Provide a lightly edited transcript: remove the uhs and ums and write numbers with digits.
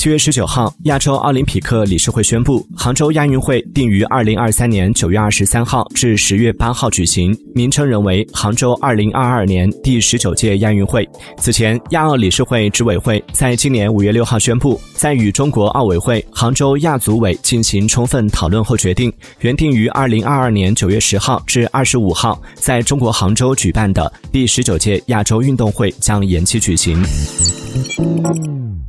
7月19号，亚洲奥林匹克理事会宣布，杭州亚运会定于2023年9月23号至10月8号举行，名称仍为杭州2022年第19届亚运会。此前，亚奥理事会执委会在今年5月6号宣布，在与中国奥委会、杭州亚组委进行充分讨论后决定，原定于2022年9月10号至25号在中国杭州举办的第19届亚洲运动会将延期举行。